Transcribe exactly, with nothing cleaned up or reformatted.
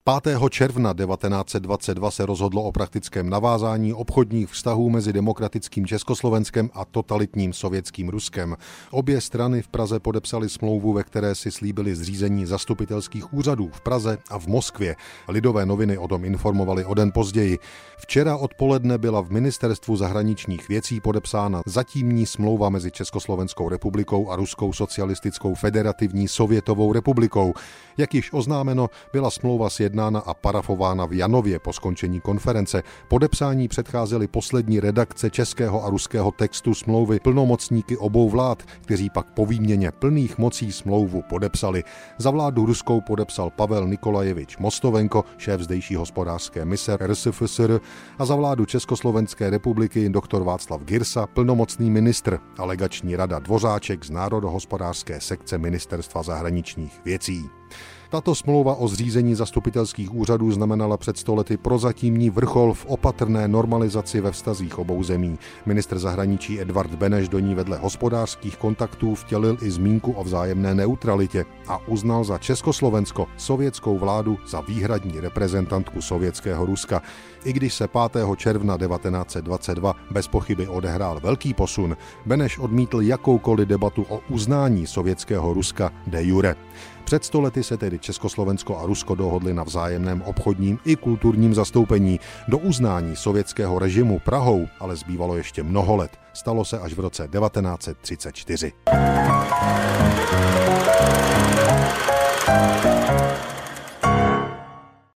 pátého června devatenáct set dvacet dva se rozhodlo o praktickém navázání obchodních vztahů mezi demokratickým Československem a totalitním sovětským Ruskem. Obě strany v Praze podepsaly smlouvu, ve které si slíbili zřízení zastupitelských úřadů v Praze a v Moskvě. Lidové noviny o tom informovaly o den později. Včera odpoledne byla v Ministerstvu zahraničních věcí podepsána zatímní smlouva mezi Československou republikou a Ruskou socialistickou federativní sovětovou republikou. Jak již oznámeno, byla smlouva sjednána a parafována v Janově po skončení konference. Podepsání předcházely poslední redakce českého a ruského textu smlouvy plnomocníky obou vlád, kteří pak po výměně plných mocí smlouvu podepsali. Za vládu ruskou podepsal Pavel Nikolajevič Mostovenko, šéf zdejší hospodářské mise R S F S R, a za vládu Československé republiky doktor Václav Gyrsa, plnomocný ministr, a legační rada Dvořáček z národohospodářské sekce Ministerstva zahraničních věcí. Tato smlouva o zřízení zastupitelských úřadů znamenala před sto lety prozatímní vrchol v opatrné normalizaci ve vztazích obou zemí. Ministr zahraničí Edvard Beneš do ní vedle hospodářských kontaktů vtělil i zmínku o vzájemné neutralitě a uznal za Československo sovětskou vládu za výhradní reprezentantku sovětského Ruska. I když se pátého června devatenáct set dvacet dva bez pochyby odehrál velký posun, Beneš odmítl jakoukoliv debatu o uznání sovětského Ruska de jure. Před sto lety se tedy Československo a Rusko dohodli na vzájemném obchodním i kulturním zastoupení. Do uznání sovětského režimu Prahou ale zbývalo ještě mnoho let. Stalo se až v roce devatenáct set třicet čtyři.